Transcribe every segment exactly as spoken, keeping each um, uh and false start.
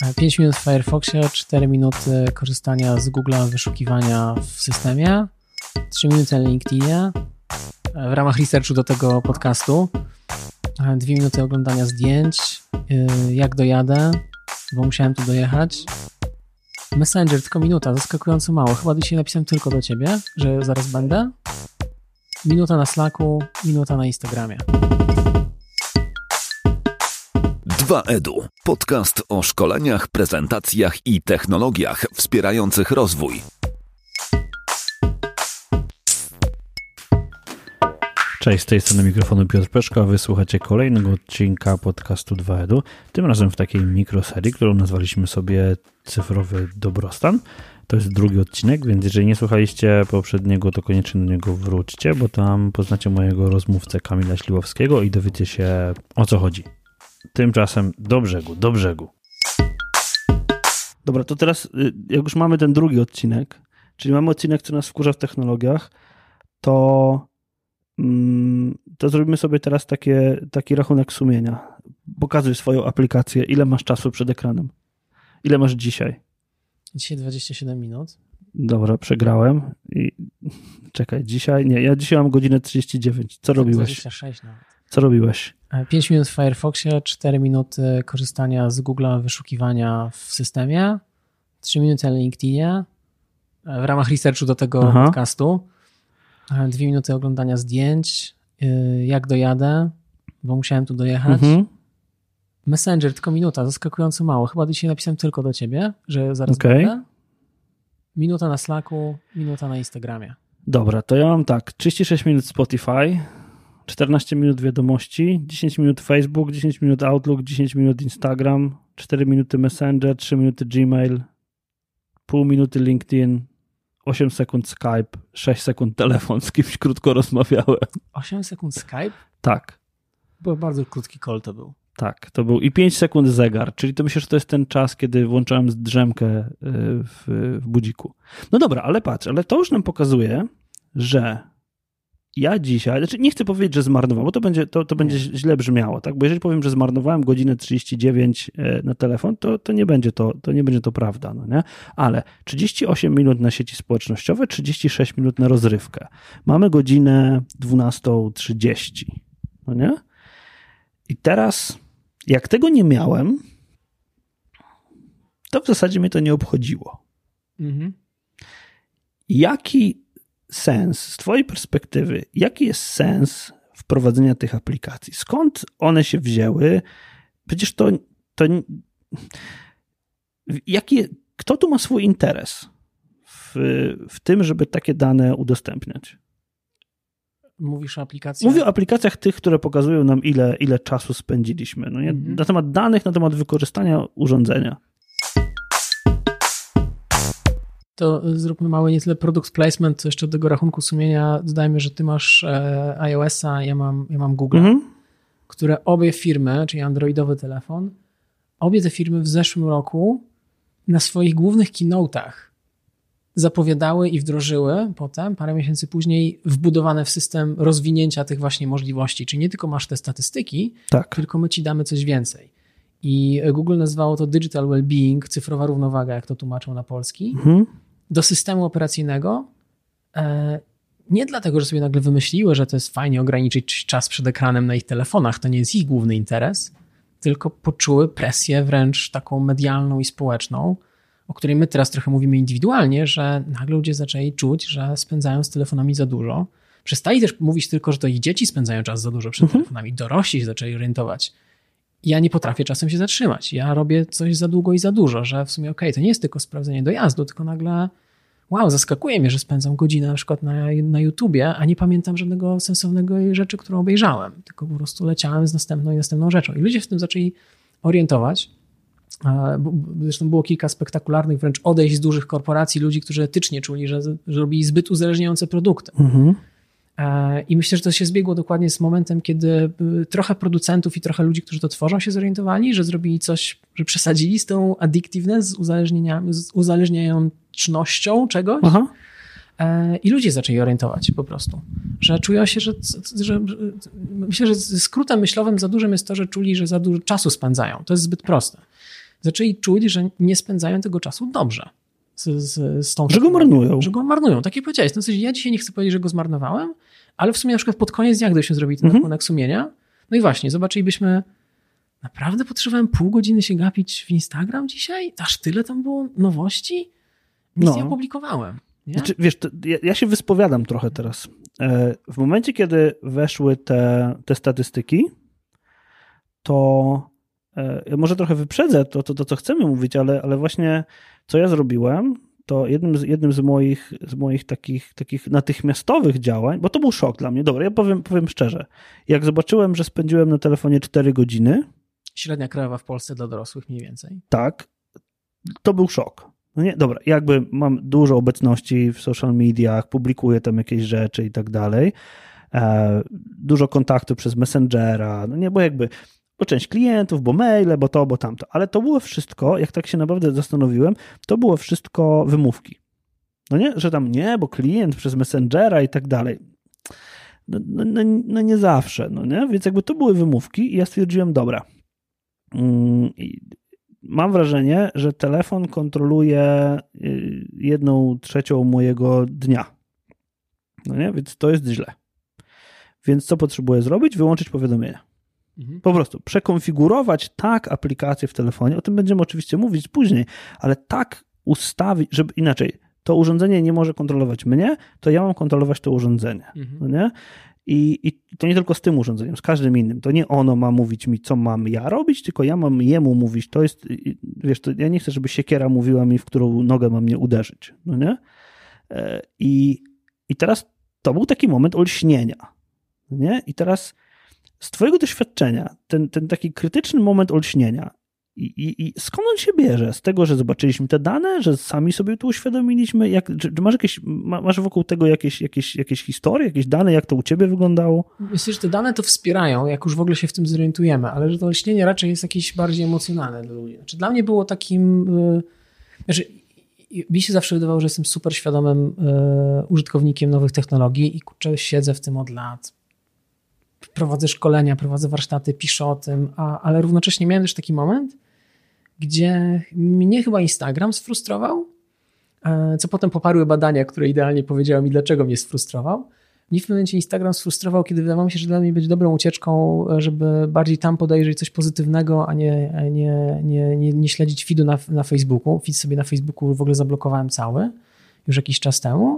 pięć minut w Firefoxie, cztery minuty korzystania z Google'a, wyszukiwania w systemie, trzy minuty na LinkedInie, w ramach researchu do tego podcastu, dwie minuty oglądania zdjęć, jak dojadę, bo musiałem tu dojechać. Messenger, tylko minuta, zaskakująco mało. Chyba dzisiaj napisałem tylko do ciebie, że zaraz będę. Minuta na Slacku, minuta na Instagramie. dwa edu. Podcast o szkoleniach, prezentacjach i technologiach wspierających rozwój. Cześć, z tej strony mikrofonu Piotr Peszko, a wy słuchacie kolejnego odcinka podcastu dwa edu. Tym razem w takiej mikroserii, którą nazwaliśmy sobie Cyfrowy Dobrostan. To jest drugi odcinek, więc jeżeli nie słuchaliście poprzedniego, to koniecznie do niego wróćcie, bo tam poznacie mojego rozmówcę Kamila Śliwowskiego i dowiecie się, o co chodzi. Tymczasem do brzegu, do brzegu. Dobra, to teraz jak już mamy ten drugi odcinek, czyli mamy odcinek, co nas wkurza w technologiach, to, mm, to zrobimy sobie teraz takie, taki rachunek sumienia. Pokazuj swoją aplikację, ile masz czasu przed ekranem. Ile masz dzisiaj? Dzisiaj dwadzieścia siedem minut. Dobra, przegrałem. I... Czekaj, dzisiaj? Nie, ja dzisiaj mam godzinę trzydzieści dziewięć. Co robiłeś? dwadzieścia sześć nawet. Co robiłeś? pięć minut w Firefoxie, cztery minuty korzystania z Google'a, wyszukiwania w systemie, trzy minuty na LinkedInie, w ramach researchu do tego Aha. podcastu, dwie minuty oglądania zdjęć, jak dojadę, bo musiałem tu dojechać. Mhm. Messenger, tylko minuta, zaskakująco mało. Chyba dzisiaj napisałem tylko do ciebie, że zaraz okay. będę. Minuta na Slacku, minuta na Instagramie. Dobra, to ja mam tak, trzydzieści sześć minut Spotify, czternaście minut wiadomości, dziesięć minut Facebook, dziesięć minut Outlook, dziesięć minut Instagram, cztery minuty Messenger, trzy minuty Gmail, pół minuty LinkedIn, osiem sekund Skype, sześć sekund telefon, z kimś krótko rozmawiałem. osiem sekund Skype? Tak. Bo bardzo krótki call to był. Tak, to był i pięć sekund zegar, czyli to myślę, że to jest ten czas, kiedy włączałem drzemkę w, w budziku. No dobra, ale patrz, ale to już nam pokazuje, że ja dzisiaj, znaczy nie chcę powiedzieć, że zmarnowałem, bo to będzie, to, to będzie źle brzmiało, tak? Bo jeżeli powiem, że zmarnowałem godzinę trzydzieści dziewięć na telefon, to, to, nie będzie to, to nie będzie to prawda, no nie? Ale trzydzieści osiem minut na sieci społecznościowe, trzydzieści sześć minut na rozrywkę. Mamy godzinę dwunasta trzydzieści, no nie? I teraz, jak tego nie miałem, to w zasadzie mnie to nie obchodziło. Mhm. Jaki sens, z twojej perspektywy, jaki jest sens wprowadzenia tych aplikacji? Skąd one się wzięły? Przecież to, to jaki, kto tu ma swój interes w, w tym, żeby takie dane udostępniać? Mówisz o aplikacjach? Mówię o aplikacjach tych, które pokazują nam, ile, ile czasu spędziliśmy. No nie? Mhm. Na temat danych, na temat wykorzystania urządzenia. To zróbmy mały nie tyle product placement, co jeszcze do tego rachunku sumienia dodajmy, że ty masz e, iOS-a, ja mam, ja mam Google, mhm. które obie firmy, czyli androidowy telefon, obie te firmy w zeszłym roku na swoich głównych keynote'ach zapowiadały i wdrożyły potem, parę miesięcy później, wbudowane w system rozwinięcia tych właśnie możliwości. Czyli nie tylko masz te statystyki, tak. tylko my ci damy coś więcej. I Google nazywało to Digital Wellbeing, cyfrowa równowaga, jak to tłumaczą na polski, mhm. do systemu operacyjnego. Nie dlatego, że sobie nagle wymyśliły, że to jest fajnie ograniczyć czas przed ekranem na ich telefonach, to nie jest ich główny interes, tylko poczuły presję wręcz taką medialną i społeczną, o której my teraz trochę mówimy indywidualnie, że nagle ludzie zaczęli czuć, że spędzają z telefonami za dużo. Przestali też mówić tylko, że to ich dzieci spędzają czas za dużo przed mhm. telefonami. Dorośli się zaczęli orientować. Ja nie potrafię czasem się zatrzymać. Ja robię coś za długo i za dużo, że w sumie okej, okay, to nie jest tylko sprawdzenie dojazdu, tylko nagle wow, zaskakuje mnie, że spędzam godzinę na przykład na, na YouTubie, a nie pamiętam żadnego sensownego rzeczy, którą obejrzałem, tylko po prostu leciałem z następną i następną rzeczą. I ludzie w tym zaczęli orientować. Zresztą było kilka spektakularnych wręcz odejść z dużych korporacji, ludzi, którzy etycznie czuli, że, że robili zbyt uzależniające produkty. Mhm. I myślę, że to się zbiegło dokładnie z momentem, kiedy trochę producentów i trochę ludzi, którzy to tworzą, się zorientowali, że zrobili coś, że przesadzili z tą addictiveness, z, uzależnieniami, z uzależniającnością czegoś. Aha. I ludzie zaczęli orientować po prostu, że czują się, że, że, że myślę, że skrótem myślowym za dużym jest to, że czuli, że za dużo czasu spędzają. To jest zbyt proste. zaczęli czuć, że nie spędzają tego czasu dobrze. Z, z, z tą że go marnują. Że go marnują. Tak jak powiedziałeś. No coś, ja dzisiaj nie chcę powiedzieć, że go zmarnowałem, ale w sumie na przykład pod koniec dnia, gdybyśmy zrobili ten rachunek mhm. sumienia, no i właśnie, zobaczylibyśmy, naprawdę potrzebowałem pół godziny się gapić w Instagram dzisiaj? Aż tyle tam było nowości? Nic no. nie opublikowałem. Nie? Znaczy, wiesz, to ja, ja się wyspowiadam trochę teraz. W momencie, kiedy weszły te, te statystyki, to ja może trochę wyprzedzę to, to, to co chcemy mówić, ale, ale właśnie co ja zrobiłem, to jednym z, jednym z moich, z moich takich, takich natychmiastowych działań, bo to był szok dla mnie. Dobra, ja powiem, powiem szczerze. Jak zobaczyłem, że spędziłem na telefonie cztery godziny. Średnia krajowa w Polsce dla dorosłych mniej więcej. Tak. To był szok. No nie, dobra, jakby mam dużo obecności w social mediach, publikuję tam jakieś rzeczy i tak dalej. E, dużo kontaktu przez Messengera, no nie, bo jakby bo część klientów, bo maile, bo to, bo tamto. Ale to było wszystko, jak tak się naprawdę zastanowiłem, to było wszystko wymówki. No nie, że tam nie, bo klient przez Messengera i tak dalej. No, no, no, no nie zawsze, no nie? Więc jakby to były wymówki i ja stwierdziłem, dobra, mm, mam wrażenie, że telefon kontroluje jedną trzecią mojego dnia. No nie? Więc to jest źle. Więc co potrzebuję zrobić? Wyłączyć powiadomienia. Mhm. Po prostu przekonfigurować tak aplikację w telefonie, o tym będziemy oczywiście mówić później, ale tak ustawić, żeby inaczej, to urządzenie nie może kontrolować mnie, to ja mam kontrolować to urządzenie. Mhm. No nie? I, I to nie tylko z tym urządzeniem, z każdym innym. To nie ono ma mówić mi, co mam ja robić, tylko ja mam jemu mówić. To jest, wiesz, to ja nie chcę, żeby siekiera mówiła mi, w którą nogę mam mnie uderzyć. No nie? I, i teraz to był taki moment olśnienia. Nie? I teraz z twojego doświadczenia, ten, ten taki krytyczny moment olśnienia, i, i, i skąd on się bierze? Z tego, że zobaczyliśmy te dane, że sami sobie to uświadomiliśmy? Jak, czy, czy masz, jakieś, masz wokół tego jakieś, jakieś, jakieś historie, jakieś dane, jak to u ciebie wyglądało? Myślę, że te dane to wspierają, jak już w ogóle się w tym zorientujemy, ale że to olśnienie raczej jest jakieś bardziej emocjonalne dla ludzi. Znaczy, dla mnie było takim... Yy, znaczy, mi się zawsze wydawało, że jestem super świadomym yy, użytkownikiem nowych technologii i kurczę, siedzę w tym od lat. Prowadzę szkolenia, prowadzę warsztaty, piszę o tym, a, ale równocześnie miałem też taki moment, gdzie mnie chyba Instagram sfrustrował, co potem poparły badania, które idealnie powiedziały mi, dlaczego mnie sfrustrował. Mnie w pewnym momencie Instagram sfrustrował, kiedy wydawało mi się, że dla mnie będzie dobrą ucieczką, żeby bardziej tam podejrzeć coś pozytywnego, a nie, nie, nie, nie, nie śledzić feedu na, na Facebooku. Feed sobie na Facebooku w ogóle zablokowałem cały, już jakiś czas temu.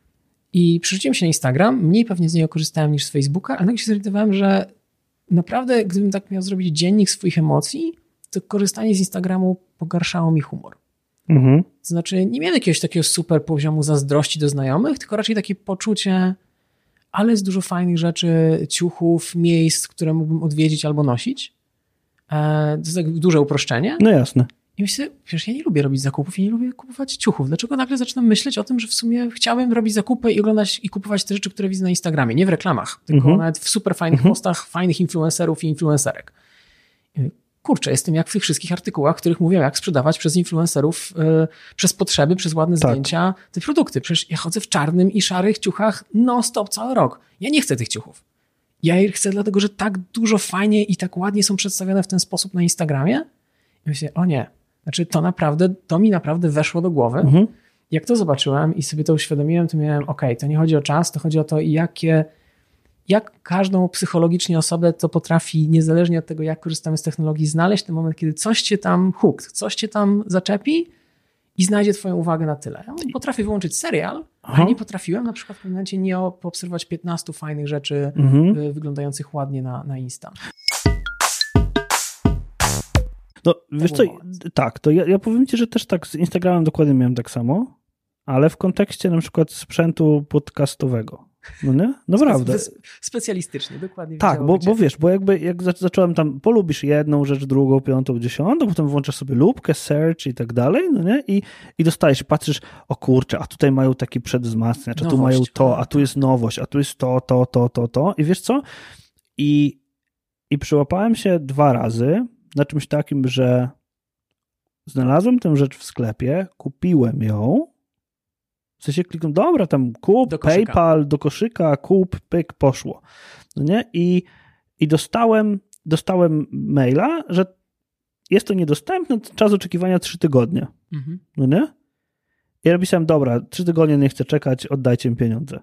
I przerzuciłem się na Instagram, mniej pewnie z niego korzystałem niż z Facebooka, ale tak się zorientowałem, że naprawdę gdybym tak miał zrobić dziennik swoich emocji, to korzystanie z Instagramu pogarszało mi humor. Mhm. To znaczy nie miałem jakiegoś takiego super poziomu zazdrości do znajomych, tylko raczej takie poczucie, ale jest dużo fajnych rzeczy, ciuchów, miejsc, które mógłbym odwiedzić albo nosić. To jest tak duże uproszczenie. No jasne. I myślę, przecież ja nie lubię robić zakupów, ja nie lubię kupować ciuchów. Dlaczego nagle zaczynam myśleć o tym, że w sumie chciałbym robić zakupy i oglądać i kupować te rzeczy, które widzę na Instagramie, nie w reklamach, tylko mm-hmm. nawet w super fajnych mm-hmm. postach fajnych influencerów i influencerek. Kurczę, jestem jak w tych wszystkich artykułach, w których mówią, jak sprzedawać przez influencerów, yy, przez potrzeby, przez ładne tak. zdjęcia te produkty. Przecież ja chodzę w czarnym i szarych ciuchach non-stop cały rok. Ja nie chcę tych ciuchów. Ja je chcę dlatego, że tak dużo fajnie i tak ładnie są przedstawione w ten sposób na Instagramie. I myślę, o nie, znaczy to naprawdę, to mi naprawdę weszło do głowy. Mhm. Jak to zobaczyłem i sobie to uświadomiłem, to miałem, okej, okay, to nie chodzi o czas, to chodzi o to, jakie, jak każdą psychologicznie osobę to potrafi, niezależnie od tego, jak korzystamy z technologii, znaleźć ten moment, kiedy coś cię tam hooked, coś cię tam zaczepi i znajdzie twoją uwagę na tyle. Ja potrafię wyłączyć serial, Aha. ale nie potrafiłem na przykład w pewnym momencie nie poobserwować piętnastu fajnych rzeczy mhm. wyglądających ładnie na, na Insta. No wiesz co, tak, to ja, ja powiem ci, że też tak z Instagramem dokładnie miałem tak samo, ale w kontekście na przykład sprzętu podcastowego. No nie? Naprawdę. Spe- specjalistycznie, dokładnie. Tak, bo, bo wiesz, bo jakby jak zacząłem tam, polubisz jedną rzecz, drugą, piątą, dziesiątą, potem włączasz sobie lupkę, search i tak dalej, no nie? I, i dostajesz, patrzysz, o kurczę, a tutaj mają taki przedwzmacniacz, a tu mają to, a tu jest nowość, a tu jest to, to, to, to, to. I wiesz co? I, i przyłapałem się dwa razy na czymś takim, że znalazłem tę rzecz w sklepie, kupiłem ją, w sensie kliknąłem, dobra, tam kup, do PayPal, do koszyka, kup, pyk, poszło. No nie? I, i dostałem, dostałem maila, że jest to niedostępne, to czas oczekiwania trzy tygodnie. Mhm. No nie? Ja napisałem, dobra, trzy tygodnie nie chcę czekać, oddajcie mi pieniądze.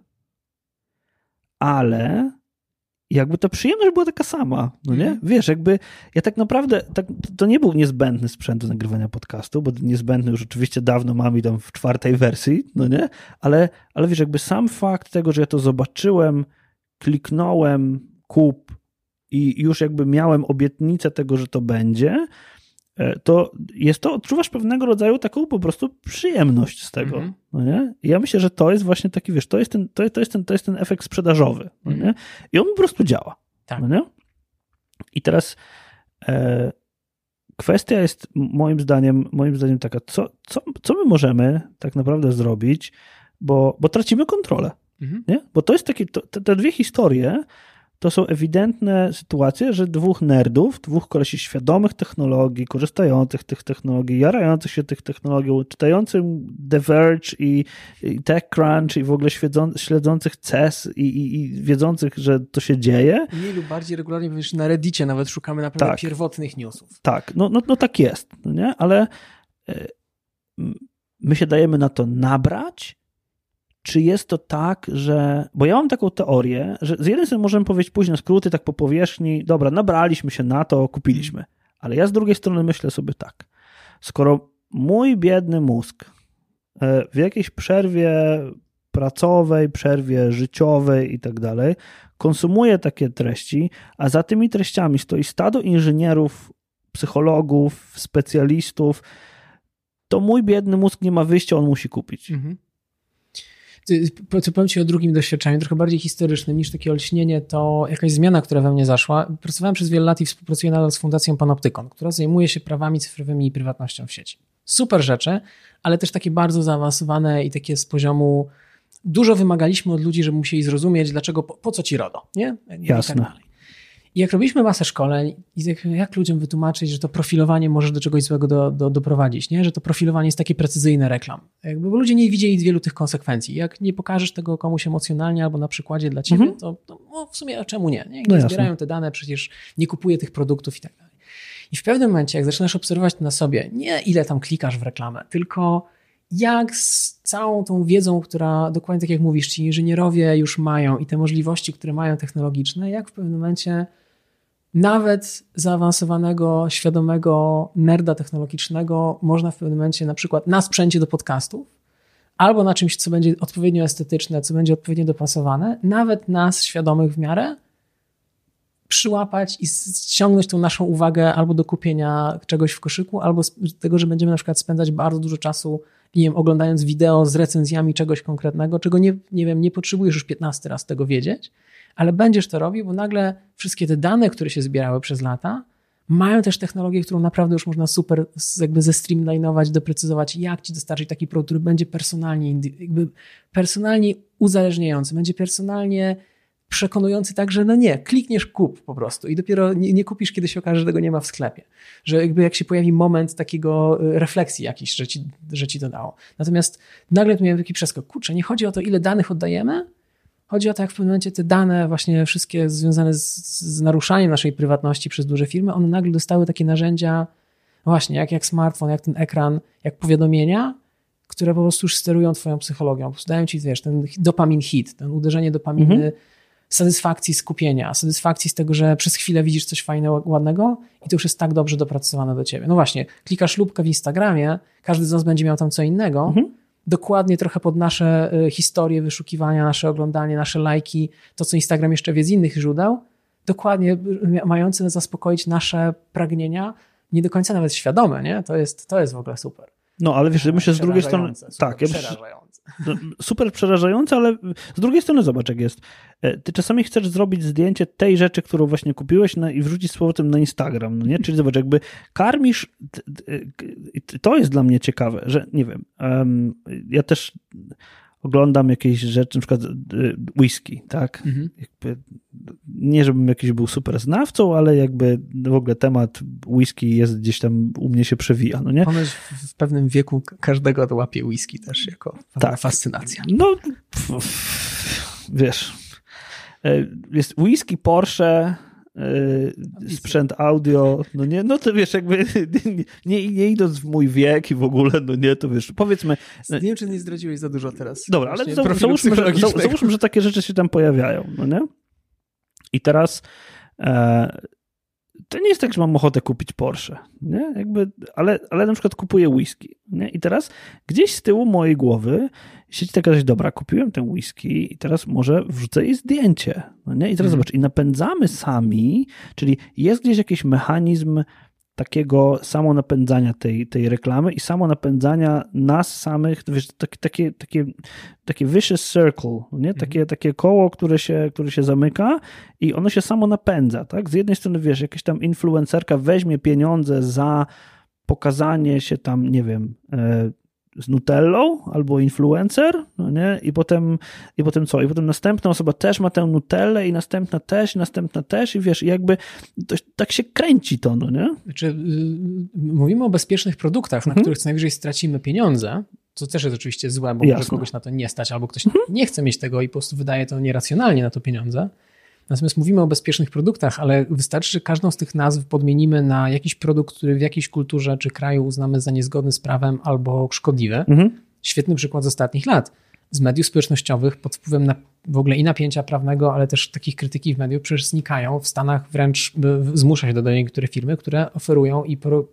Ale jakby ta przyjemność była taka sama, no nie? Mhm. Wiesz, jakby ja tak naprawdę, tak, to nie był niezbędny sprzęt do nagrywania podcastu, bo niezbędny już oczywiście dawno mam i tam w czwartej wersji, no nie? Ale, ale wiesz, jakby sam fakt tego, że ja to zobaczyłem, kliknąłem, kup i już jakby miałem obietnicę tego, że to będzie, to jest to, odczuwasz pewnego rodzaju taką po prostu przyjemność z tego, mm-hmm. no nie? I ja myślę, że to jest właśnie taki, wiesz, to jest ten, to, to jest ten, to jest ten efekt sprzedażowy, no nie? I on po prostu działa, tak. no nie? I teraz e, kwestia jest moim zdaniem, moim zdaniem taka, co, co, co my możemy tak naprawdę zrobić, bo, bo tracimy kontrolę, mm-hmm. nie? Bo to jest takie, to, te, te dwie historie to są ewidentne sytuacje, że dwóch nerdów, dwóch kolesi świadomych technologii, korzystających tych technologii, jarających się tych technologią, czytających The Verge i, i TechCrunch i w ogóle śledzą, śledzących C E S i, i, i wiedzących, że to się dzieje. Mniej lub bardziej regularnie, wiesz, na Reddicie nawet szukamy naprawdę tak, pierwotnych newsów. Tak, no, no, no tak jest, no nie? Ale y, my się dajemy na to nabrać. Czy jest to tak, że... Bo ja mam taką teorię, że z jednej strony możemy powiedzieć później na skróty, tak po powierzchni, dobra, nabraliśmy się na to, kupiliśmy. Ale ja z drugiej strony myślę sobie tak. Skoro mój biedny mózg w jakiejś przerwie pracowej, przerwie życiowej i tak dalej konsumuje takie treści, a za tymi treściami stoi stado inżynierów, psychologów, specjalistów, to mój biedny mózg nie ma wyjścia, on musi kupić. Mhm. Co powiem ci o drugim doświadczeniu, trochę bardziej historycznym niż takie olśnienie, to jakaś zmiana, która we mnie zaszła. Pracowałem przez wiele lat i współpracuję nadal z Fundacją Panoptykon, która zajmuje się prawami cyfrowymi i prywatnością w sieci. Super rzeczy, ale też takie bardzo zaawansowane i takie z poziomu dużo wymagaliśmy od ludzi, żeby musieli zrozumieć, dlaczego, po, po co ci RODO, nie? Jasne. I tak dalej. I jak robiliśmy masę szkoleń, i jak, jak ludziom wytłumaczyć, że to profilowanie może do czegoś złego do, do, doprowadzić, nie? Że to profilowanie jest takie precyzyjne reklam. Jakby, bo ludzie nie widzieli wielu tych konsekwencji. Jak nie pokażesz tego komuś emocjonalnie albo na przykładzie dla ciebie, mhm. to, to no w sumie a czemu nie? Nie, nie no zbierają te dane, przecież nie kupuję tych produktów i tak dalej. I w pewnym momencie, jak zaczynasz obserwować to na sobie, nie ile tam klikasz w reklamę, tylko jak z całą tą wiedzą, która dokładnie tak jak mówisz, ci inżynierowie już mają i te możliwości, które mają technologiczne, jak w pewnym momencie nawet zaawansowanego, świadomego nerda technologicznego można w pewnym momencie na przykład na sprzęcie do podcastów albo na czymś, co będzie odpowiednio estetyczne, co będzie odpowiednio dopasowane, nawet nas świadomych w miarę przyłapać i ściągnąć tą naszą uwagę albo do kupienia czegoś w koszyku, albo z tego, że będziemy na przykład spędzać bardzo dużo czasu, nie wiem, oglądając wideo z recenzjami czegoś konkretnego, czego nie, nie wiem, nie potrzebujesz już piętnasty raz tego wiedzieć, ale będziesz to robił, bo nagle wszystkie te dane, które się zbierały przez lata, mają też technologię, którą naprawdę już można super jakby zestreamlinować, doprecyzować, jak ci dostarczyć taki produkt, który będzie personalnie, jakby personalnie uzależniający, będzie personalnie przekonujący tak, że no nie, klikniesz kup po prostu i dopiero nie, nie kupisz, kiedy się okaże, że tego nie ma w sklepie. Że jakby jak się pojawi moment takiego refleksji jakiś, że ci, że ci to dało. Natomiast nagle tu miałem taki przeskok. Kurczę, nie chodzi o to, ile danych oddajemy, chodzi o to, jak w pewnym momencie te dane właśnie wszystkie związane z, z naruszaniem naszej prywatności przez duże firmy, one nagle dostały takie narzędzia właśnie jak, jak smartfon, jak ten ekran, jak powiadomienia, które po prostu już sterują twoją psychologią. Po prostu dają ci, wiesz, ten dopamin hit, ten uderzenie dopaminy, mhm. satysfakcji skupienia, satysfakcji z tego, że przez chwilę widzisz coś fajnego, ładnego i to już jest tak dobrze dopracowane do ciebie. No właśnie, klikasz lubkę w Instagramie, każdy z nas będzie miał tam co innego, mhm. dokładnie trochę pod nasze historie wyszukiwania, nasze oglądanie, nasze lajki, to co Instagram jeszcze wie z innych źródeł, dokładnie mające zaspokoić nasze pragnienia, nie do końca nawet świadome, nie? To jest, to jest w ogóle super. No, ale wiesz, myślę z drugiej strony... Tak, ja przerażające. Super przerażające, ale z drugiej strony zobacz, jak jest. Ty czasami chcesz zrobić zdjęcie tej rzeczy, którą właśnie kupiłeś na, i wrzucić z powrotem na Instagram, no nie? Czyli zobacz, jakby karmisz... To jest dla mnie ciekawe, że nie wiem, um, ja też oglądam jakieś rzeczy, na przykład whisky, tak? Mhm. Jakby, nie żebym jakiś był super znawcą, ale jakby w ogóle temat whisky jest gdzieś tam u mnie się przewija, no nie? Ponoć w pewnym wieku każdego to łapie whisky też jako tak. fascynacja. No, wiesz, jest whisky, Porsche, yy, sprzęt audio, no nie, no to wiesz, jakby nie, nie, nie idąc w mój wiek i w ogóle, no nie, to wiesz, powiedzmy... Nie wiem, czy nie zdradziłeś za dużo teraz. Dobra, ale za, załóżmy, że, za, załóżmy, że takie rzeczy się tam pojawiają, no nie? I teraz e, to nie jest tak, że mam ochotę kupić Porsche, nie? Jakby, ale, ale na przykład kupuję whisky, nie? I teraz gdzieś z tyłu mojej głowy siedzi taka rzecz, dobra, kupiłem ten whisky i teraz może wrzucę jej zdjęcie, no nie? I teraz hmm. zobacz, i napędzamy sami, czyli jest gdzieś jakiś mechanizm takiego samonapędzania tej, tej reklamy i samonapędzania nas samych, wiesz, takie, takie, takie, takie vicious circle, nie? Takie, mhm. takie koło, które się, które się zamyka i ono się samo napędza, tak? Z jednej strony, wiesz, jakaś tam influencerka weźmie pieniądze za pokazanie się tam, nie wiem, e, z Nutellą albo influencer, no nie? I potem, i potem co? I potem następna osoba też ma tę Nutellę i następna też, i następna też i wiesz, i jakby to, tak się kręci to, no nie? Znaczy, yy, mówimy o bezpiecznych produktach, mhm. na których co najwyżej stracimy pieniądze, co też jest oczywiście złe, bo Jasne. może kogoś na to nie stać, albo ktoś mhm. nie chce mieć tego i po prostu wydaje to nieracjonalnie na to pieniądze. Natomiast mówimy o bezpiecznych produktach, ale wystarczy, że każdą z tych nazw podmienimy na jakiś produkt, który w jakiejś kulturze czy kraju uznamy za niezgodny z prawem albo szkodliwy. Mhm. Świetny przykład z ostatnich lat. Z mediów społecznościowych pod wpływem na, w ogóle i napięcia prawnego, ale też takich krytyki w mediów przecież znikają. W Stanach wręcz zmusza się do niektóre firmy, które oferują i, pro,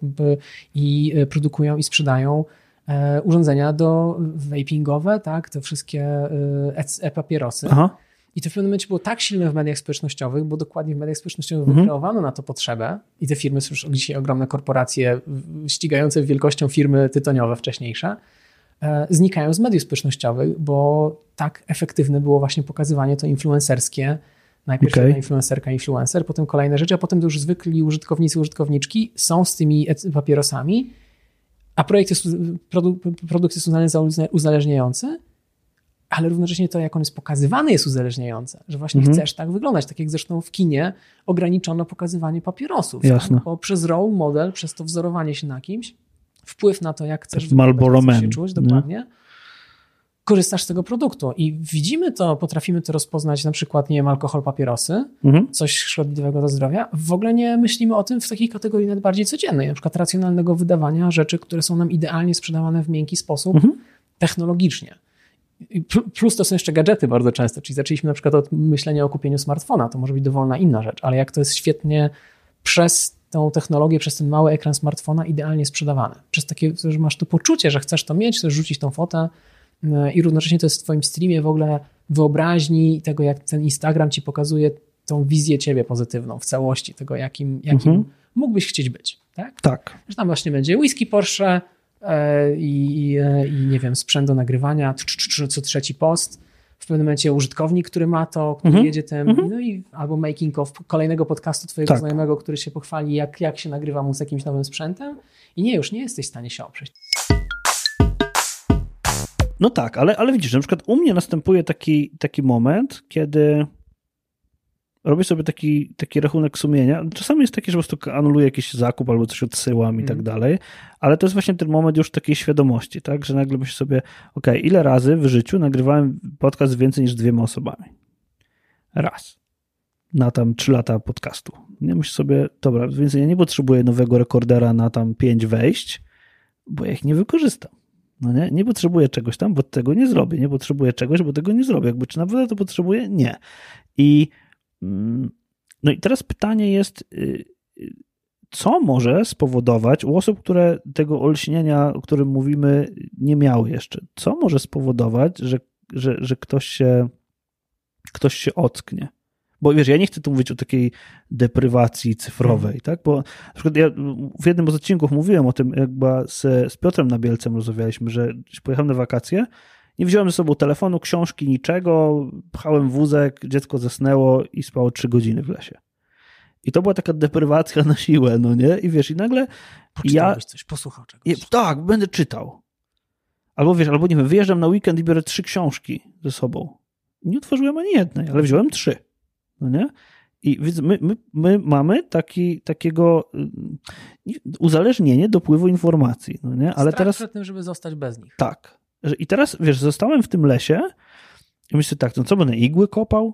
i produkują i sprzedają urządzenia do vapingowe, tak, te wszystkie e-papierosy. Aha. I to w pewnym momencie było tak silne w mediach społecznościowych, bo dokładnie w mediach społecznościowych mhm. wykreowano na to potrzebę i te firmy są już dzisiaj ogromne korporacje ścigające wielkością firmy tytoniowe wcześniejsze, e, znikają z mediów społecznościowych, bo tak efektywne było właśnie pokazywanie to influencerskie. Najpierw okay. jedna influencerka, influencer, potem kolejne rzeczy, a potem już zwykli użytkownicy, użytkowniczki są z tymi papierosami, a projekt jest, produkt jest uznany za uzależniający, ale równocześnie to, jak on jest pokazywany, jest uzależniające, że właśnie mhm. chcesz tak wyglądać, tak jak zresztą w kinie ograniczono pokazywanie papierosów. Jasne. Tak? Bo przez role model, przez to wzorowanie się na kimś, wpływ na to, jak chcesz Marlboro Man, się czuć, dokładnie, nie? korzystasz z tego produktu i widzimy to, potrafimy to rozpoznać, na przykład, nie wiem, alkohol, papierosy, mhm. coś szkodliwego dla zdrowia. W ogóle nie myślimy o tym w takiej kategorii nawet bardziej codziennej, na przykład racjonalnego wydawania rzeczy, które są nam idealnie sprzedawane w miękki sposób, mhm. technologicznie. Plus to są jeszcze gadżety bardzo często, czyli zaczęliśmy na przykład od myślenia o kupieniu smartfona, to może być dowolna inna rzecz, ale jak to jest świetnie przez tą technologię, przez ten mały ekran smartfona idealnie sprzedawane. Przez takie, że masz to poczucie, że chcesz to mieć, chcesz rzucić tą fotę i równocześnie to jest w twoim streamie w ogóle wyobraźni tego, jak ten Instagram ci pokazuje tą wizję ciebie pozytywną w całości, tego jakim, jakim mhm. mógłbyś chcieć być. Tak? Tak. Że tam właśnie będzie whisky, Porsche, I, i, i nie wiem, sprzęt do nagrywania, co trzeci post, w pewnym momencie użytkownik, który ma to, który mm-hmm. jedzie tym, mm-hmm. no i albo making of kolejnego podcastu twojego tak. znajomego, który się pochwali, jak, jak się nagrywa mu z jakimś nowym sprzętem i nie, już nie jesteś w stanie się oprzeć. No tak, ale, ale widzisz, na przykład u mnie następuje taki, taki moment, kiedy robię sobie taki, taki rachunek sumienia. Czasami jest taki, że po prostu anuluję jakiś zakup albo coś odsyłam mm. i tak dalej, ale to jest właśnie ten moment już takiej świadomości, tak, że nagle myślę sobie, okej, okay, ile razy w życiu nagrywałem podcast z więcej niż dwiema osobami? Raz. Na tam trzy lata podcastu. Nie myślę sobie, dobra, więc ja nie potrzebuję nowego rekordera na tam pięć wejść, bo ja ich nie wykorzystam. No nie? Nie potrzebuję czegoś tam, bo tego nie zrobię. Nie potrzebuję czegoś, bo tego nie zrobię. Jakby czy naprawdę to potrzebuję? Nie. I no i teraz pytanie jest, co może spowodować u osób, które tego olśnienia, o którym mówimy, nie miały jeszcze, co może spowodować, że, że, że ktoś się ktoś się ocknie? Bo wiesz, ja nie chcę tu mówić o takiej deprywacji cyfrowej, hmm. tak? Bo na przykład ja w jednym z odcinków mówiłem o tym, jakby z, z Piotrem Nabielcem rozmawialiśmy, że pojechałem na wakacje, nie wziąłem ze sobą telefonu, książki, niczego, pchałem wózek, dziecko zasnęło i spało trzy godziny w lesie. I to była taka deprywacja na siłę, no nie? I wiesz, i nagle Poczytałeś ja... coś, posłuchał czegoś. Ja, tak, będę czytał. Albo wiesz, albo nie wiem, wyjeżdżam na weekend i biorę trzy książki ze sobą. Nie otworzyłem ani jednej, ale wziąłem trzy. No nie? I więc my, my, my mamy taki, takiego uzależnienie dopływu informacji, no nie? Ale Strach teraz... przed tym, żeby zostać bez nich. Tak. I teraz, wiesz, zostałem w tym lesie i myślę tak, no co będę igły kopał?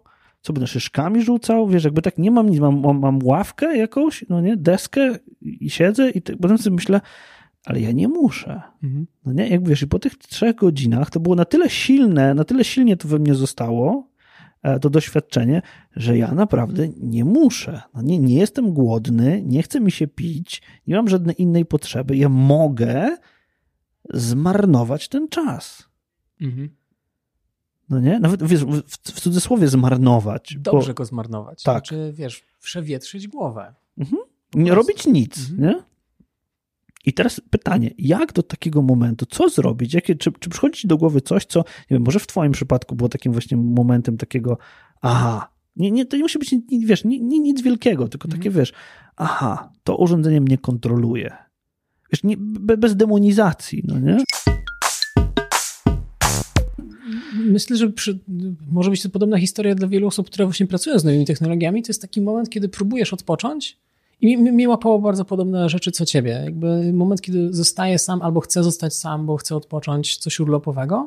Co będę szyszkami rzucał? Wiesz, jakby tak nie mam nic, mam, mam, mam ławkę jakąś, no nie, deskę i siedzę i te, potem sobie myślę, ale ja nie muszę. Mhm. No nie, jak wiesz, i po tych trzech godzinach to było na tyle silne, na tyle silnie to we mnie zostało, to doświadczenie, że ja naprawdę nie muszę. No nie, nie jestem głodny, nie chcę mi się pić, nie mam żadnej innej potrzeby. Ja mogę zmarnować ten czas. Mhm. No nie? Nawet wiesz, w, w cudzysłowie zmarnować. Dobrze bo, go zmarnować. Tak. Znaczy, wiesz, przewietrzyć głowę. Mhm. Nie robić nic, mhm. nie? I teraz pytanie, jak do takiego momentu, co zrobić? Jakie, czy, czy przychodzi ci do głowy coś, co, nie wiem, może w twoim przypadku było takim właśnie momentem takiego, aha, nie, nie, to nie musi być, nie, wiesz, nie, nie, nic wielkiego, tylko mhm. takie, wiesz, aha, to urządzenie mnie kontroluje. Wiesz, nie, be, bez demonizacji, no nie? Myślę, że przy, może być to podobna historia dla wielu osób, które właśnie pracują z nowymi technologiami. To jest taki moment, kiedy próbujesz odpocząć i mi, mi łapało bardzo podobne rzeczy co ciebie. Jakby moment, kiedy zostaję sam albo chcę zostać sam, bo chcę odpocząć, coś urlopowego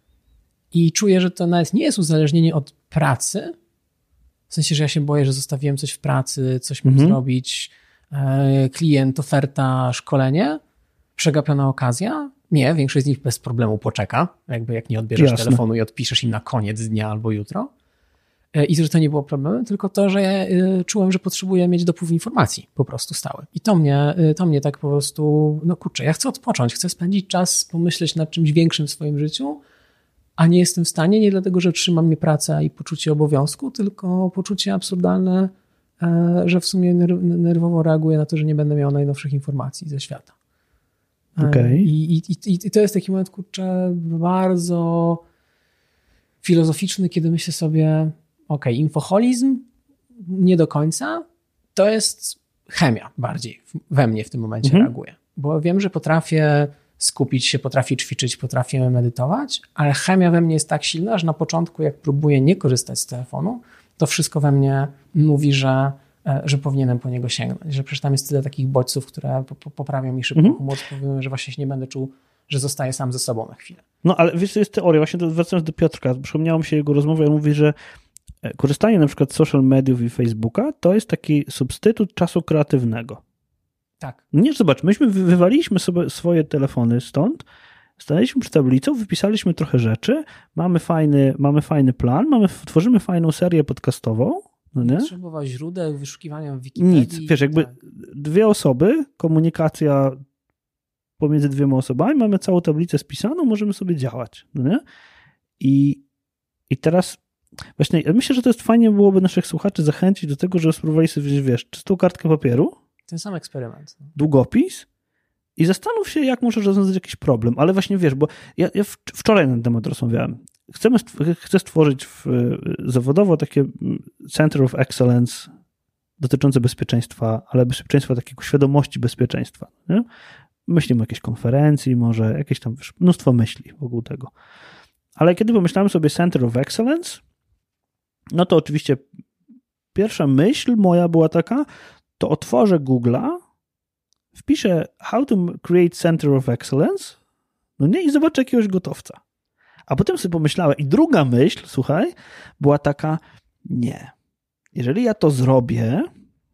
i czuję, że to nawet nie jest uzależnienie od pracy, w sensie, że ja się boję, że zostawiłem coś w pracy, coś mam mhm. zrobić, e, klient, oferta, szkolenie, przegapiona okazja. Nie, większość z nich bez problemu poczeka, jakby jak nie odbierzesz Jasne. telefonu i odpiszesz im na koniec dnia albo jutro. I że to nie było problemem, tylko to, że ja czułem, że potrzebuję mieć dopływ informacji po prostu stały. I to mnie, to mnie tak po prostu, no kurczę, ja chcę odpocząć, chcę spędzić czas, pomyśleć nad czymś większym w swoim życiu, a nie jestem w stanie, nie dlatego, że trzyma mnie praca i poczucie obowiązku, tylko poczucie absurdalne, że w sumie nerwowo reaguję na to, że nie będę miał najnowszych informacji ze świata. Okay. I, i, i to jest taki moment, kurczę, bardzo filozoficzny, kiedy myślę sobie, ok, infoholizm nie do końca, to jest chemia bardziej we mnie w tym momencie mhm. reaguje. Bo wiem, że potrafię skupić się, potrafię ćwiczyć, potrafię medytować, ale chemia we mnie jest tak silna, że na początku jak próbuję nie korzystać z telefonu, to wszystko we mnie mówi, że że powinienem po niego sięgnąć, że przecież tam jest tyle takich bodźców, które poprawią mi szybko mhm. humor, powiemy, że właśnie się nie będę czuł, że zostaję sam ze sobą na chwilę. No ale wiesz, to jest teoria, właśnie to, wracając do Piotrka, przypomniało mi się jego rozmowy, on mówi, że korzystanie na przykład z social mediów i Facebooka to jest taki substytut czasu kreatywnego. Tak. Nie, zobacz, myśmy wywaliliśmy sobie swoje telefony stąd, stanęliśmy przy tablicą, wypisaliśmy trochę rzeczy, mamy fajny, mamy fajny plan, mamy, tworzymy fajną serię podcastową. No nie? Potrzebował źródeł, wyszukiwania w Wikipedii. Nic, wiesz, jakby tak. dwie osoby, komunikacja pomiędzy dwiema osobami, mamy całą tablicę spisaną, możemy sobie działać. No nie? I, I teraz właśnie myślę, że to jest fajnie byłoby naszych słuchaczy zachęcić do tego, żeby spróbowali sobie wziąć, wiesz, czystą kartkę papieru, ten sam eksperyment. Długopis i zastanów się, jak możesz rozwiązać jakiś problem. Ale właśnie wiesz, bo ja, ja wczoraj na ten temat rozmawiałem. Chcemy, chcę stworzyć w, zawodowo takie Center of Excellence dotyczące bezpieczeństwa, ale bezpieczeństwa takiego świadomości bezpieczeństwa. Nie? Myślimy o jakiejś konferencji, może jakieś tam wiesz, mnóstwo myśli wokół tego. Ale kiedy pomyślałem sobie Center of Excellence, no to oczywiście pierwsza myśl moja była taka, to otworzę Google'a, wpiszę how to create Center of Excellence, no nie, i zobaczę jakiegoś gotowca. A potem sobie pomyślałem, i druga myśl, słuchaj, była taka, nie, jeżeli ja to zrobię,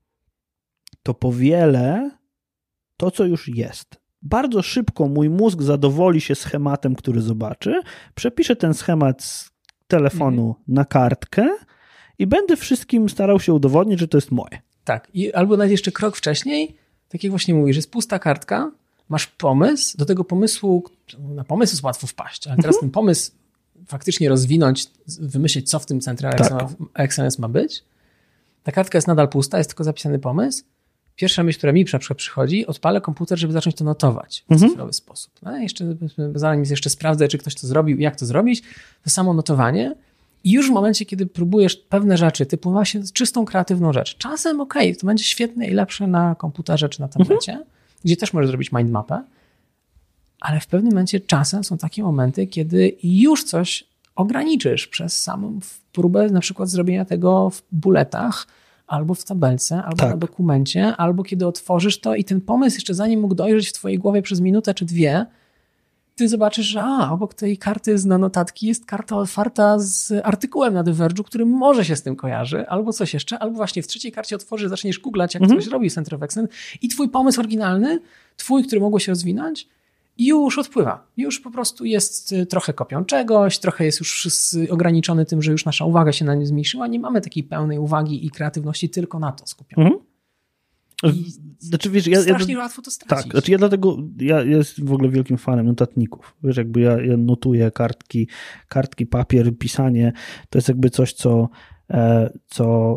to powielę to, co już jest. Bardzo szybko mój mózg zadowoli się schematem, który zobaczy, przepiszę ten schemat z telefonu mhm. na kartkę i będę wszystkim starał się udowodnić, że to jest moje. Tak, i albo nawet jeszcze krok wcześniej, tak jak właśnie mówisz, jest pusta kartka, masz pomysł, do tego pomysłu, na pomysł jest łatwo wpaść, ale teraz mhm. ten pomysł faktycznie rozwinąć, wymyślić, co w tym Central tak. Excellence ma być. Ta kartka jest nadal pusta, jest tylko zapisany pomysł. Pierwsza myśl, która mi na przykład przychodzi, odpalę komputer, żeby zacząć to notować w mhm. cyfrowy sposób. No, jeszcze, zanim jeszcze sprawdzę, czy ktoś to zrobił i jak to zrobić, to samo notowanie. I już w momencie, kiedy próbujesz pewne rzeczy, typu właśnie czystą, kreatywną rzecz, czasem okej, okay, to będzie świetne i lepsze na komputerze czy na tablecie, mhm. gdzie też możesz zrobić mindmapę, ale w pewnym momencie czasem są takie momenty, kiedy już coś ograniczysz przez samą próbę na przykład zrobienia tego w bulletach, albo w tabelce, albo tak. na dokumencie, albo kiedy otworzysz to i ten pomysł jeszcze zanim mógł dojrzeć w twojej głowie przez minutę czy dwie, ty zobaczysz, że a, obok tej karty z notatki jest karta otwarta z artykułem na The Verge'u, który może się z tym kojarzy, albo coś jeszcze, albo właśnie w trzeciej karcie otworzysz, zaczniesz googlać, jak mhm. coś robi Center of Excellence i twój pomysł oryginalny, twój, który mogło się rozwinąć, już odpływa. Już po prostu jest trochę kopią czegoś, trochę jest już ograniczony tym, że już nasza uwaga się na nie zmniejszyła. Nie mamy takiej pełnej uwagi i kreatywności tylko na to skupionej. Mhm. Znaczy, wiesz, ja, strasznie ja, łatwo to stracić. Tak, znaczy ja dlatego, ja, ja jestem w ogóle wielkim fanem notatników. Wiesz, jakby ja, ja notuję kartki, kartki, papier, pisanie. To jest jakby coś, co, co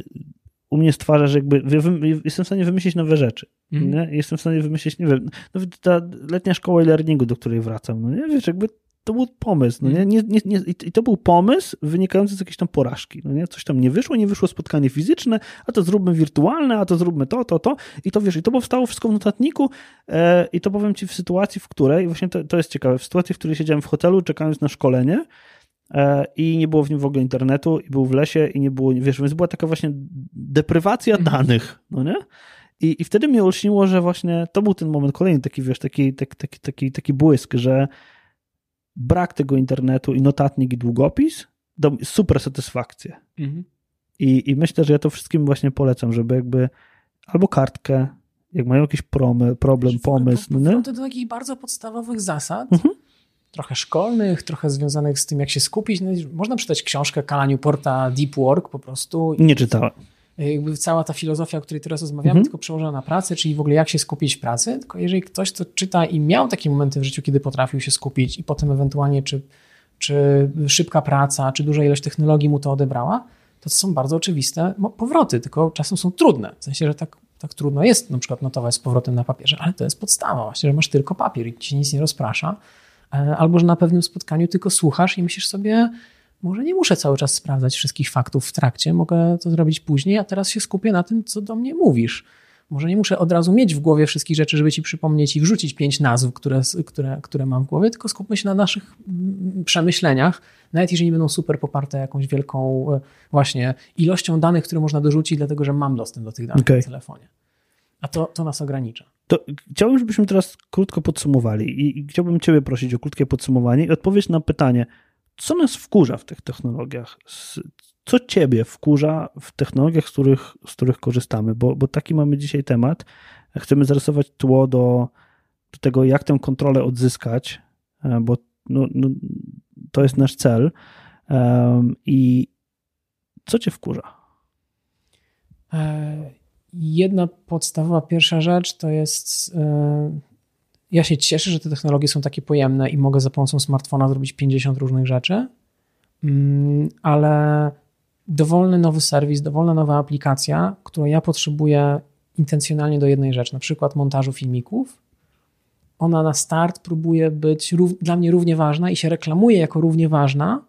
u mnie stwarza, że jakby jestem w stanie wymyślić nowe rzeczy. Mm. Nie? Jestem w stanie wymyślić, nie wiem, nawet ta letnia szkoła e-learningu, do której wracam, no nie, wiesz, jakby to był pomysł, no nie? Nie, nie, nie, i to był pomysł wynikający z jakiejś tam porażki, no nie? Coś tam nie wyszło, nie wyszło spotkanie fizyczne, a to zróbmy wirtualne, a to zróbmy to, to, to i to, wiesz, i to powstało wszystko w notatniku e, i to powiem ci w sytuacji, w której, właśnie to, to jest ciekawe, w sytuacji, w której siedziałem w hotelu, czekając na szkolenie e, i nie było w nim w ogóle internetu i był w lesie i nie było, wiesz, więc była taka właśnie deprywacja mm. danych, no nie? I, I wtedy mnie olśniło, że właśnie to był ten moment kolejny, taki, wiesz, taki, taki, taki, taki, taki błysk, że brak tego internetu i notatnik i długopis da super satysfakcję. Mhm. I, I myślę, że ja to wszystkim właśnie polecam, żeby jakby albo kartkę, jak mają jakiś promy, problem, Wiesz, pomysł. No nie? To do takich bardzo podstawowych zasad, mhm. trochę szkolnych, trochę związanych z tym, jak się skupić. No, można przeczytać książkę Cala Newporta Deep Work po prostu. Nie czytałem. Jakby cała ta filozofia, o której teraz rozmawiamy, mhm. tylko przełożona na pracę, czyli w ogóle jak się skupić w pracy, tylko jeżeli ktoś to czyta i miał takie momenty w życiu, kiedy potrafił się skupić i potem ewentualnie czy, czy szybka praca, czy duża ilość technologii mu to odebrała, to, to są bardzo oczywiste powroty, tylko czasem są trudne, w sensie, że tak, tak trudno jest na przykład notować z powrotem na papierze, ale to jest podstawa właśnie, że masz tylko papier i ci się nic nie rozprasza, albo że na pewnym spotkaniu tylko słuchasz i myślisz sobie, może nie muszę cały czas sprawdzać wszystkich faktów w trakcie, mogę to zrobić później, a teraz się skupię na tym, co do mnie mówisz. Może nie muszę od razu mieć w głowie wszystkich rzeczy, żeby ci przypomnieć i wrzucić pięć nazw, które, które, które mam w głowie, tylko skupmy się na naszych przemyśleniach, nawet jeżeli będą super poparte jakąś wielką właśnie ilością danych, które można dorzucić, dlatego że mam dostęp do tych danych okay. na telefonie. A to, to nas ogranicza. To chciałbym, żebyśmy teraz krótko podsumowali i, i chciałbym ciebie prosić o krótkie podsumowanie i odpowiedź na pytanie, co nas wkurza w tych technologiach? Co ciebie wkurza w technologiach, z których, z których korzystamy? Bo, bo taki mamy dzisiaj temat. Chcemy zarysować tło do, do tego, jak tę kontrolę odzyskać, bo no, no, to jest nasz cel. Um, I co cię wkurza? Jedna podstawowa pierwsza rzecz to jest... Ja się cieszę, że te technologie są takie pojemne i mogę za pomocą smartfona zrobić pięćdziesiąt różnych rzeczy, ale dowolny nowy serwis, dowolna nowa aplikacja, którą ja potrzebuję intencjonalnie do jednej rzeczy, na przykład montażu filmików, ona na start próbuje być rów, dla mnie równie ważna i się reklamuje jako równie ważna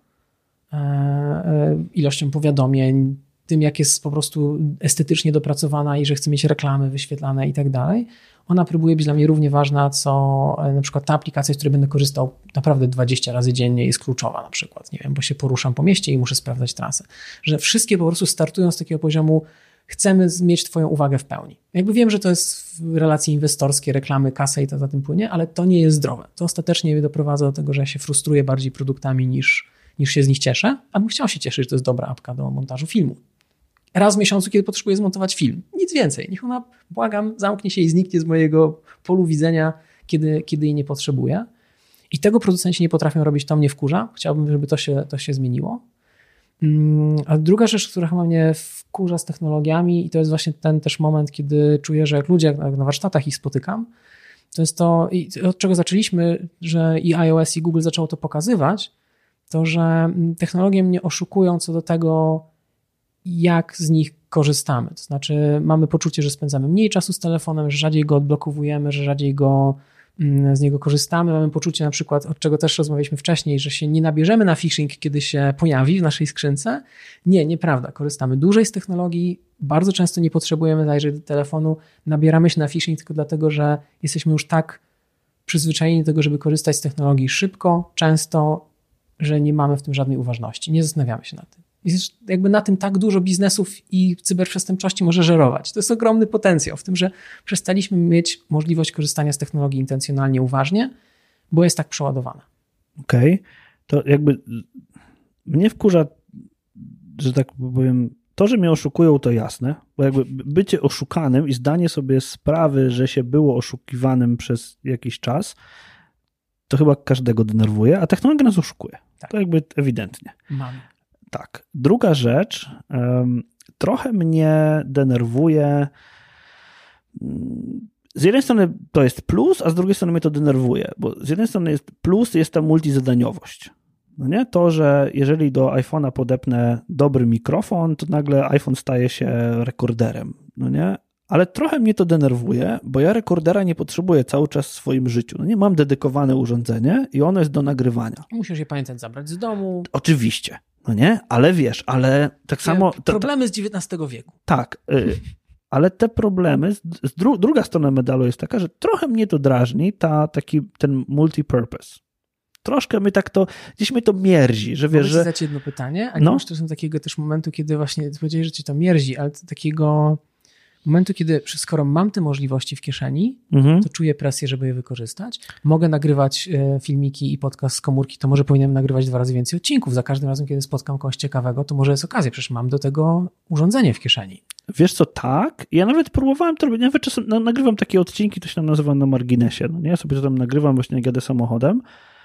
ilością powiadomień, tym jak jest po prostu estetycznie dopracowana i że chce mieć reklamy wyświetlane i tak dalej. Ona próbuje być dla mnie równie ważna, co na przykład ta aplikacja, z której będę korzystał naprawdę dwadzieścia razy dziennie, jest kluczowa na przykład, nie wiem, bo się poruszam po mieście i muszę sprawdzać trasę. Że wszystkie po prostu startują z takiego poziomu, chcemy mieć twoją uwagę w pełni. Jakby wiem, że to jest relacje inwestorskie, reklamy, kasę i to za tym płynie, ale to nie jest zdrowe. To ostatecznie mnie doprowadza do tego, że ja się frustruję bardziej produktami niż, niż się z nich cieszę, a bym chciał się cieszyć, że to jest dobra apka do montażu filmu. Raz w miesiącu, kiedy potrzebuję zmontować film. Nic więcej. Niech ona, błagam, zamknie się i zniknie z mojego polu widzenia, kiedy, kiedy jej nie potrzebuję. I tego producenci nie potrafią robić, to mnie wkurza. Chciałbym, żeby to się, to się zmieniło. A druga rzecz, która chyba mnie wkurza z technologiami, i to jest właśnie ten też moment, kiedy czuję, że jak ludzie, jak na warsztatach ich spotykam, to jest to, od czego zaczęliśmy, że i iOS, i Google zaczęło to pokazywać, to, że technologie mnie oszukują co do tego, jak z nich korzystamy. To znaczy mamy poczucie, że spędzamy mniej czasu z telefonem, że rzadziej go odblokowujemy, że rzadziej go, z niego korzystamy. Mamy poczucie na przykład, od czego też rozmawialiśmy wcześniej, że się nie nabierzemy na phishing, kiedy się pojawi w naszej skrzynce. Nie, nieprawda. Korzystamy dłużej z technologii, bardzo często nie potrzebujemy zajrzeć do telefonu, nabieramy się na phishing tylko dlatego, że jesteśmy już tak przyzwyczajeni do tego, żeby korzystać z technologii szybko, często, że nie mamy w tym żadnej uważności. Nie zastanawiamy się nad tym. Jest jakby na tym tak dużo biznesów i cyberprzestępczości może żerować. To jest ogromny potencjał w tym, że przestaliśmy mieć możliwość korzystania z technologii intencjonalnie, uważnie, bo jest tak przeładowana. Okej, okay. To jakby mnie wkurza, że tak powiem, to, że mnie oszukują, to jasne, bo jakby bycie oszukanym i zdanie sobie sprawy, że się było oszukiwanym przez jakiś czas, to chyba każdego denerwuje, a technologia nas oszukuje. Tak. To jakby ewidentnie. Mamy. Tak. Druga rzecz, um, trochę mnie denerwuje. Z jednej strony to jest plus, a z drugiej strony mnie to denerwuje, bo z jednej strony jest plus, jest ta multizadaniowość. No nie? To, że jeżeli do iPhone'a podepnę dobry mikrofon, to nagle iPhone staje się rekorderem. No nie? Ale trochę mnie to denerwuje, bo ja rekordera nie potrzebuję cały czas w swoim życiu. No nie, mam dedykowane urządzenie i ono jest do nagrywania. Musisz je pamiętać zabrać z domu. Oczywiście, no nie? Ale wiesz, ale tak samo... To, problemy z dziewiętnastego wieku. Tak, y, ale te problemy, z dru, druga strona medalu jest taka, że trochę mnie to drażni, ta, taki, ten multipurpose. Troszkę mnie tak to, gdzieś mnie to mierzi, że wiesz, Mogę że... zadać jedno pytanie, a no? masz czasem takiego też momentu, kiedy właśnie powiedziałeś, że ci to mierzi, ale to takiego momentu, kiedy skoro mam te możliwości w kieszeni, mhm. to czuję presję, żeby je wykorzystać. Mogę nagrywać filmiki i podcast z komórki, to może powinienem nagrywać dwa razy więcej odcinków. Za każdym razem, kiedy spotkam kogoś ciekawego, to może jest okazja, przecież mam do tego urządzenie w kieszeni. Wiesz co, tak. Ja nawet próbowałem to robić, nawet czasem no, nagrywam takie odcinki, to się nam nazywa na marginesie. No nie? Ja sobie to tam nagrywam, właśnie jak jadę samochodem,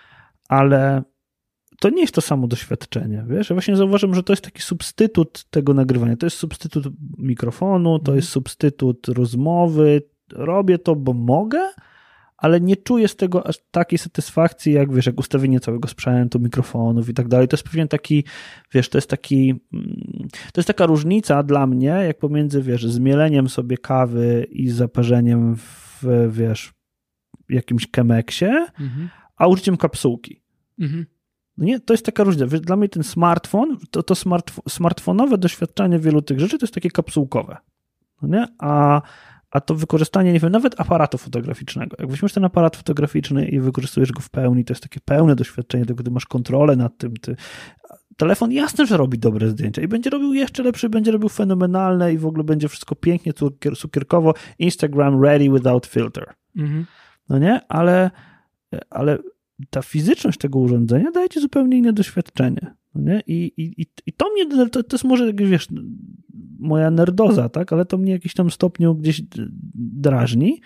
ale to nie jest to samo doświadczenie, wiesz? Ja właśnie zauważyłem, że to jest taki substytut tego nagrywania. To jest substytut mikrofonu, to jest substytut rozmowy. Robię to, bo mogę, ale nie czuję z tego aż takiej satysfakcji, jak wiesz, jak ustawienie całego sprzętu, mikrofonów i tak dalej. To jest pewien taki, wiesz, to jest taki, to jest taka różnica dla mnie, jak pomiędzy, wiesz, zmieleniem sobie kawy i zaparzeniem w, wiesz, jakimś Chemexie, mhm. a użyciem kapsułki. Mhm. No nie, to jest taka różnica. Dla mnie ten smartfon, to, to smartf- smartfonowe doświadczenie wielu tych rzeczy to jest takie kapsułkowe. No nie? A, a to wykorzystanie, nie wiem, nawet aparatu fotograficznego. Jak weźmiesz ten aparat fotograficzny i wykorzystujesz go w pełni, to jest takie pełne doświadczenie tego, gdy masz kontrolę nad tym. Ty... Telefon jasne, że robi dobre zdjęcia i będzie robił jeszcze lepsze, będzie robił fenomenalne i w ogóle będzie wszystko pięknie, cukier, cukierkowo. Instagram ready without filter. Mhm. No nie? Ale, ale ta fizyczność tego urządzenia daje ci zupełnie inne doświadczenie. No nie? I, i, i to mnie, to, to jest może, wiesz, moja nerdoza, tak? Ale to mnie w jakimś tam stopniu gdzieś drażni.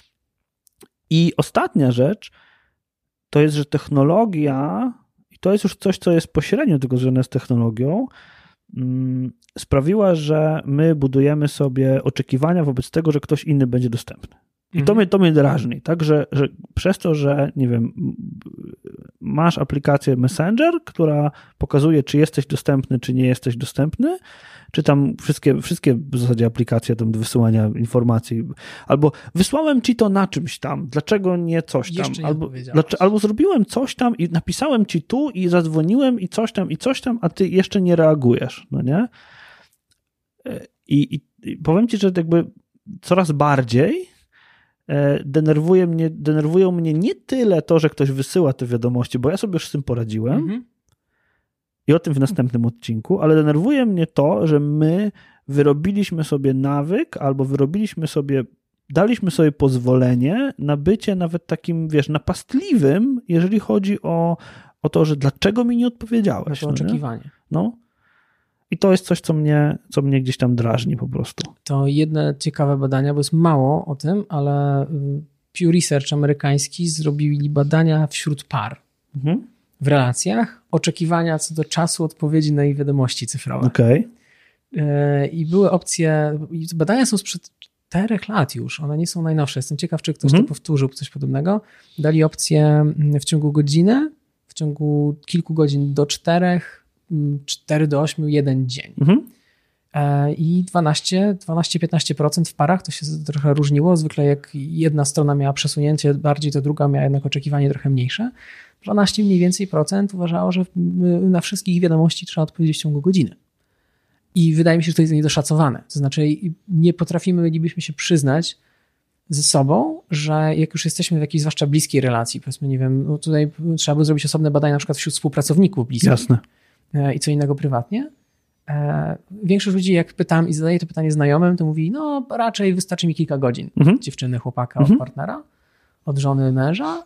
I ostatnia rzecz to jest, że technologia, i to jest już coś, co jest pośrednio tylko związane z technologią, mm, sprawiła, że my budujemy sobie oczekiwania wobec tego, że ktoś inny będzie dostępny. I to mnie, to mnie drażni, tak, że, że przez to, że nie wiem, masz aplikację Messenger, która pokazuje, czy jesteś dostępny, czy nie jesteś dostępny, czy tam wszystkie, wszystkie w zasadzie aplikacje tam do wysyłania informacji, albo wysłałem ci to na czymś tam, dlaczego nie coś tam, Jeszcze nie albo, dlaczego, albo zrobiłem coś tam i napisałem ci tu i zadzwoniłem i coś tam i coś tam, a ty jeszcze nie reagujesz, no nie? I, i, i powiem ci, że jakby coraz bardziej denerwuje mnie, denerwują mnie nie tyle to, że ktoś wysyła te wiadomości, bo ja sobie już z tym poradziłem mhm. i o tym w następnym odcinku, ale denerwuje mnie to, że my wyrobiliśmy sobie nawyk albo wyrobiliśmy sobie, daliśmy sobie pozwolenie na bycie nawet takim, wiesz, napastliwym, jeżeli chodzi o, o to, że dlaczego mi nie odpowiedziałeś. To oczekiwanie. Nie? No. I to jest coś, co mnie, co mnie gdzieś tam drażni po prostu. To jedne ciekawe badania, bo jest mało o tym, ale Pew Research amerykański zrobili badania wśród par mhm. w relacjach, oczekiwania co do czasu odpowiedzi na ich wiadomości cyfrowe. Okay. I były opcje, badania są sprzed czterech lat już, one nie są najnowsze. Jestem ciekaw, czy ktoś mhm. to powtórzył, coś podobnego. Dali opcję w ciągu godziny, w ciągu kilku godzin do czterech, cztery do ośmiu, jeden dzień. Mhm. I dwanaście do piętnastu procent w parach, to się trochę różniło. Zwykle jak jedna strona miała przesunięcie bardziej, to druga miała jednak oczekiwanie trochę mniejsze. dwanaście mniej więcej procent uważało, że na wszystkich wiadomości trzeba odpowiedzieć w ciągu godziny. I wydaje mi się, że to jest niedoszacowane. To znaczy nie potrafimy, mielibyśmy się przyznać ze sobą, że jak już jesteśmy w jakiejś zwłaszcza bliskiej relacji, powiedzmy, nie wiem, no tutaj trzeba by zrobić osobne badania na przykład wśród współpracowników bliskich. Jasne. I co innego prywatnie. Większość ludzi, jak pytam i zadaję to pytanie znajomym, to mówi, no raczej wystarczy mi kilka godzin. Mhm. Dziewczyny, chłopaka, mhm. od partnera, od żony, męża,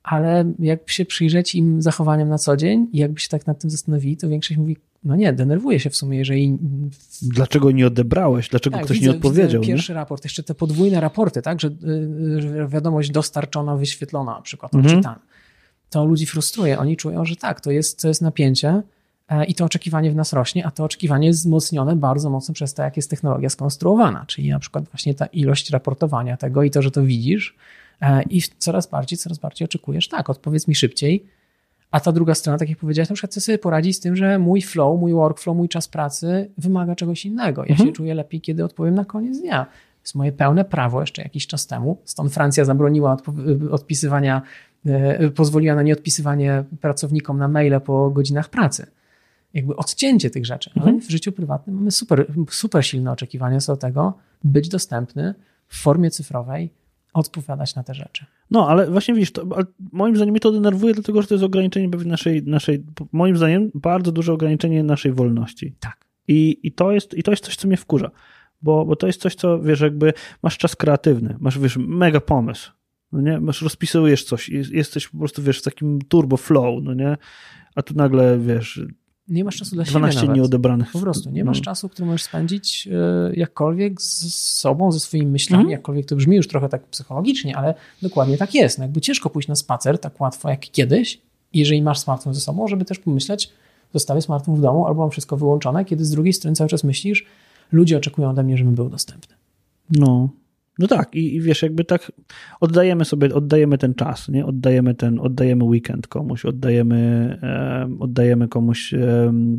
ale jakby się przyjrzeć im zachowaniom na co dzień i jakby się tak nad tym zastanowili, to większość mówi, no nie, denerwuje się w sumie, jeżeli... Dlaczego nie odebrałeś? Dlaczego tak, ktoś widzę, nie odpowiedział? Widzę pierwszy nie? raport, jeszcze te podwójne raporty, tak, że, że wiadomość dostarczona, wyświetlona na przykład, Mhm. odczytana. To ludzi frustruje. Oni czują, że tak, to jest, to jest napięcie i to oczekiwanie w nas rośnie, a to oczekiwanie jest wzmocnione bardzo mocno przez to, jak jest technologia skonstruowana, czyli na przykład właśnie ta ilość raportowania tego i to, że to widzisz i coraz bardziej, coraz bardziej oczekujesz, tak, odpowiedz mi szybciej, a ta druga strona, tak jak powiedziałeś, na przykład chcę sobie poradzić z tym, że mój flow, mój workflow, mój czas pracy wymaga czegoś innego. Ja mhm. się czuję lepiej, kiedy odpowiem na koniec dnia. To jest moje pełne prawo jeszcze jakiś czas temu. Stąd Francja zabroniła odpisywania, pozwoliła na nieodpisywanie pracownikom na maile po godzinach pracy. Jakby odcięcie tych rzeczy. Ale mhm. w życiu prywatnym mamy super, super silne oczekiwania co do tego, być dostępny w formie cyfrowej, odpowiadać na te rzeczy. No, ale właśnie widzisz, to, moim zdaniem mnie to denerwuje, dlatego że to jest ograniczenie naszej, naszej, moim zdaniem bardzo duże ograniczenie naszej wolności. Tak. I, i, to, jest, i to jest coś, co mnie wkurza, bo, bo to jest coś, co, wiesz, jakby masz czas kreatywny, masz, wiesz, mega pomysł, no nie? Masz, rozpisujesz coś, jesteś po prostu, wiesz, w takim turbo flow, no nie? A tu nagle, wiesz... Nie masz czasu dla siebie dwanaście nawet. nieodebranych. Po prostu, nie masz no. czasu, który możesz spędzić jakkolwiek z sobą, ze swoimi myślami, mm. jakkolwiek to brzmi już trochę tak psychologicznie, ale dokładnie tak jest. No jakby ciężko pójść na spacer tak łatwo jak kiedyś, jeżeli masz smartfon ze sobą, żeby też pomyśleć, zostawię smartfon w domu albo mam wszystko wyłączone, kiedy z drugiej strony cały czas myślisz, ludzie oczekują ode mnie, żebym był dostępny. No. No tak, i, i wiesz, jakby tak oddajemy sobie, oddajemy ten czas, nie? Oddajemy ten, oddajemy weekend komuś, oddajemy, um, oddajemy komuś um,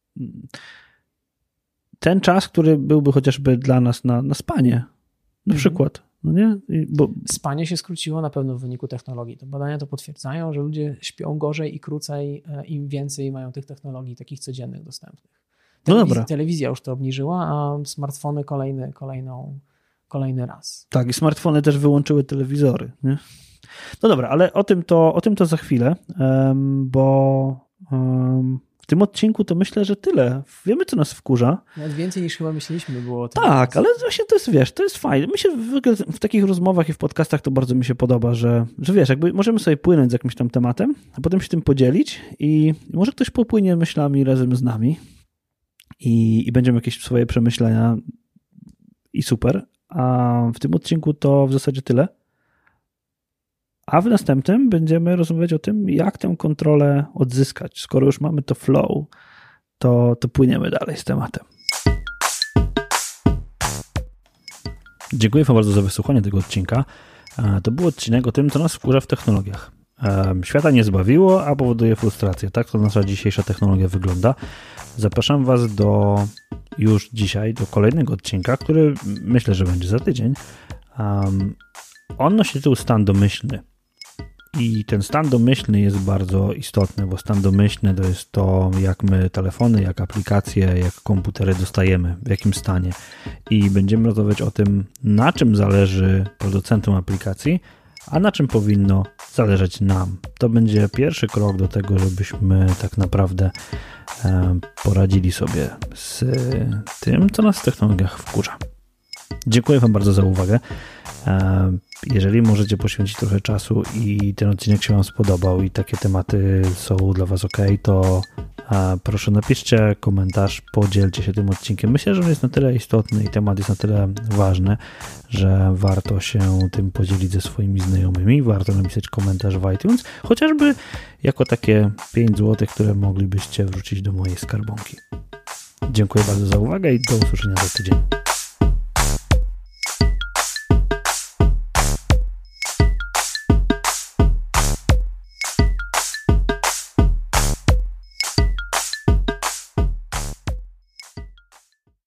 ten czas, który byłby chociażby dla nas na, na spanie, na mhm. przykład. No nie? I, bo... Spanie się skróciło na pewno w wyniku technologii. To badania to potwierdzają, że ludzie śpią gorzej i krócej, im więcej mają tych technologii takich codziennych dostępnych. Telewiz- no dobra. Telewizja już to obniżyła, a smartfony kolejny, kolejną Kolejny raz. Tak, i smartfony też wyłączyły telewizory. Nie? No dobra, ale o tym to, o tym to za chwilę, um, bo um, w tym odcinku to myślę, że tyle. Wiemy, co nas wkurza. Nawet więcej niż chyba myśleliśmy było o tym. Tak, ale właśnie to jest, wiesz, to jest fajne. Mi się w, w takich rozmowach i w podcastach to bardzo mi się podoba, że, że wiesz, jakby możemy sobie płynąć z jakimś tam tematem, a potem się tym podzielić i może ktoś popłynie myślami razem z nami i, i będziemy jakieś swoje przemyślenia i super. A w tym odcinku to w zasadzie tyle. A w następnym będziemy rozmawiać o tym, jak tę kontrolę odzyskać. Skoro już mamy to flow, to, to płyniemy dalej z tematem. Dziękuję wam bardzo za wysłuchanie tego odcinka. To był odcinek o tym, co nas wkurza w technologiach. Świata nie zbawiło, a powoduje frustrację. Tak to nasza dzisiejsza technologia wygląda. Zapraszam was do już dzisiaj, do kolejnego odcinka, który myślę, że będzie za tydzień. Um, on nosi tytuł Stan domyślny. I ten stan domyślny jest bardzo istotny, bo stan domyślny to jest to, jak my telefony, jak aplikacje, jak komputery dostajemy, w jakim stanie. I będziemy rozmawiać o tym, na czym zależy producentom aplikacji, a na czym powinno zależeć nam. To będzie pierwszy krok do tego, żebyśmy tak naprawdę poradzili sobie z tym, co nas w technologiach wkurza. Dziękuję wam bardzo za uwagę. Jeżeli możecie poświęcić trochę czasu i ten odcinek się wam spodobał i takie tematy są dla was ok, to proszę napiszcie komentarz, podzielcie się tym odcinkiem. Myślę, że on jest na tyle istotny i temat jest na tyle ważny, że warto się tym podzielić ze swoimi znajomymi. Warto napisać komentarz w iTunes, chociażby jako takie pięć złotych, które moglibyście wrzucić do mojej skarbonki. Dziękuję bardzo za uwagę i do usłyszenia za tydzień.